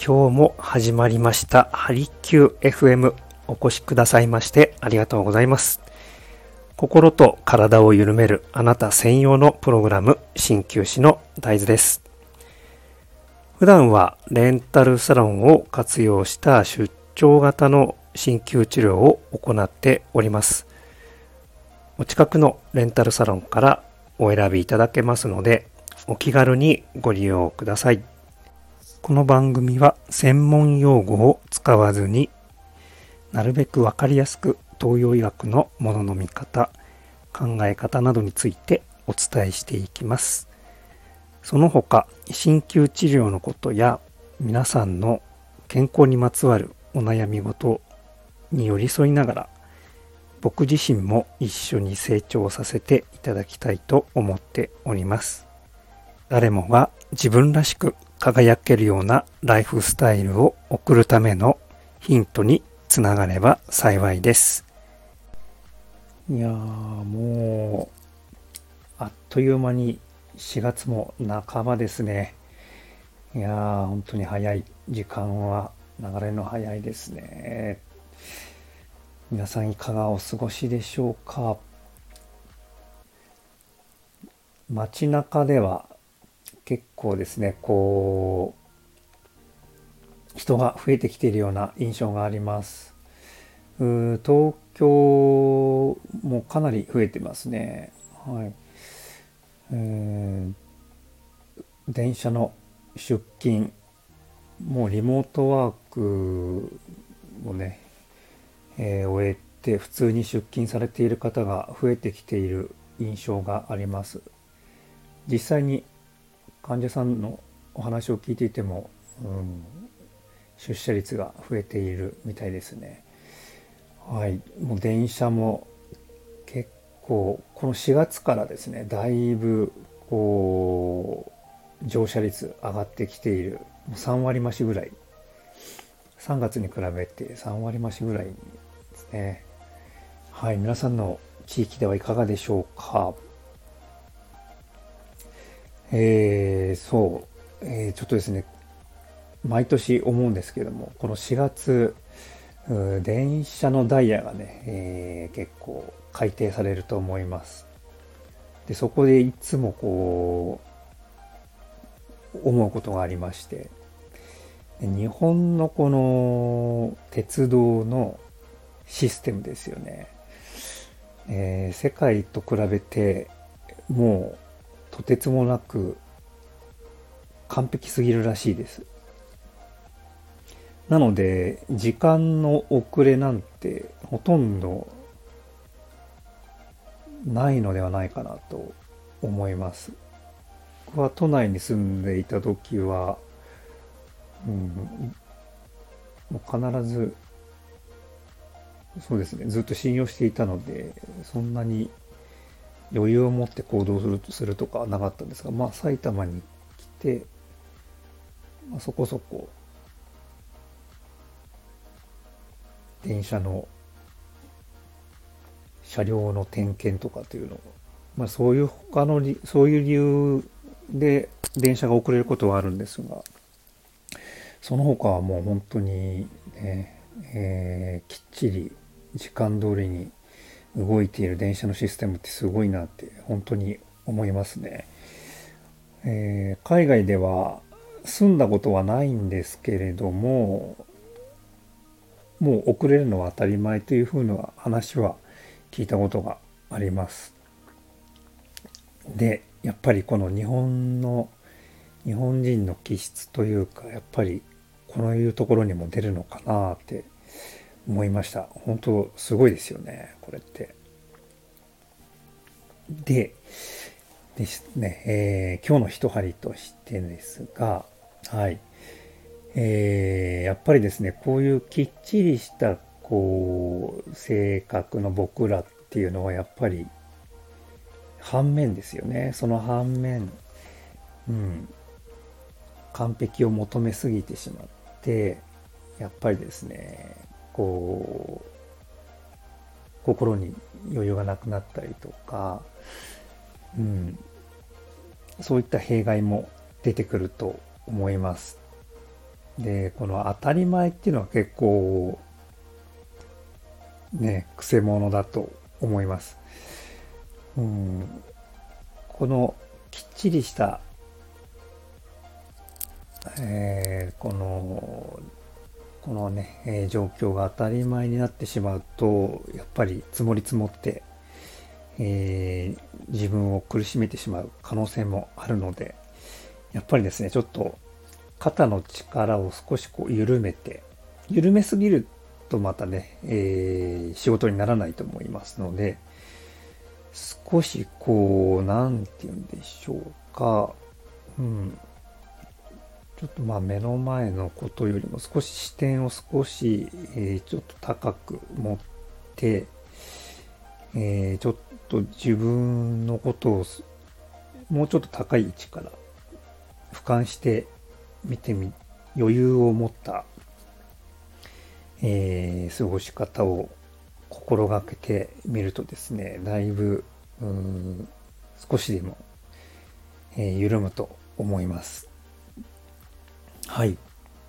今日も始まりましたハリキュー FM。 お越しくださいましてありがとうございます。心と体を緩めるあなた専用のプログラム、鍼灸師の大豆です。普段はレンタルサロンを活用した出張型の鍼灸治療を行っております。お近くのレンタルサロンからお選びいただけますので、お気軽にご利用ください。この番組は専門用語を使わずになるべくわかりやすく東洋医学のものの見方、考え方などについてお伝えしていきます。その他、鍼灸治療のことや皆さんの健康にまつわるお悩み事に寄り添いながら、僕自身も一緒に成長させていただきたいと思っております。誰もが自分らしく輝けるようなライフスタイルを送るためのヒントにつながれば幸いです。いやー、もうあっという間に4月も半ばですね。いやー、本当に早い。時間は流れの早いですね。皆さんいかがお過ごしでしょうか。街中では結構ですね、人が増えてきているような印象があります。東京もかなり増えてますね。はい。電車の出勤、もうリモートワークをね、終えて普通に出勤されている方が増えてきている印象があります。実際に患者さんのお話を聞いていても、出社率が増えているみたいですね。はい、もう電車も結構この4月からですね、だいぶ乗車率上がってきている。もう3割増しぐらい、3月に比べて3割増しぐらいですね。はい、皆さんの地域ではいかがでしょうか。ちょっとですね、毎年思うんですけども、この4月、電車のダイヤがね、結構改定されると思います。で、そこでいつも思うことがありまして、日本のこの鉄道のシステムですよね。世界と比べてもうとてつもなく完璧すぎるらしいです。なので時間の遅れなんてほとんどないのではないかなと思います。僕は都内に住んでいた時は、もう必ずそうですね、ずっと信用していたので、そんなに余裕を持って行動するとかはなかったんですが、まあ埼玉に来て、そこそこ電車の車両の点検とかというのを、そういうそういう理由で電車が遅れることはあるんですが、その他はもう本当にね、きっちり時間通りに動いている電車のシステムってすごいなって本当に思いますね。海外では住んだことはないんですけれども、もう遅れるのは当たり前というふうな話は聞いたことがあります。で、やっぱりこの日本人の気質というか、やっぱりこういうところにも出るのかなって思いました。本当すごいですよね、これって。でですね、今日の一針としてですが、はい、やっぱりですね、こういうきっちりした性格の僕らっていうのはやっぱり反面ですよね。その反面、完璧を求めすぎてしまって、やっぱりですね、心に余裕がなくなったりとか、そういった弊害も出てくると思います。 で、この当たり前っていうのは結構ね、くせ者だと思います。うん、このきっちりした、このね、状況が当たり前になってしまうと、やっぱり積もり積もって、自分を苦しめてしまう可能性もあるので、やっぱりですね、ちょっと肩の力を少しこう緩めて、緩めすぎるとまたね、仕事にならないと思いますので、少しこう、なんて言うんでしょうか、うん、ちょっとまあ目の前のことよりも少し視点を少し、ちょっと高く持って、ちょっと自分のことをもうちょっと高い位置から俯瞰して見て余裕を持った、過ごし方を心がけてみるとですね、だいぶ少しでも、緩むと思います。はい。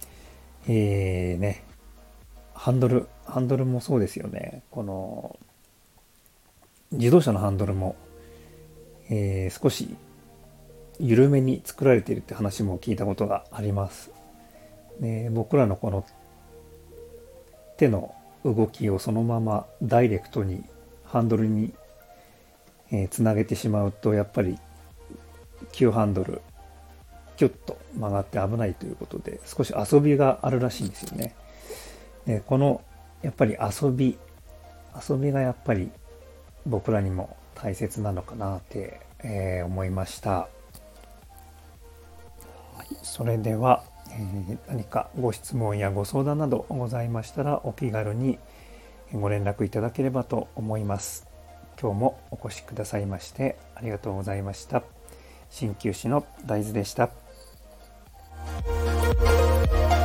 ね、ハンドルもそうですよね。この自動車のハンドルも、少し緩めに作られているって話も聞いたことがあります。で、僕らのこの手の動きをそのままダイレクトにハンドルに、つなげてしまうと、やっぱり急ハンドルキュッと曲がって危ないということで、少し遊びがあるらしいんですよね。で、このやっぱり遊びがやっぱり僕らにも大切なのかなって、思いました。はい、それでは、何かご質問やご相談などございましたらお気軽にご連絡いただければと思います。今日もお越しくださいましてありがとうございました。鍼灸師の大豆でした。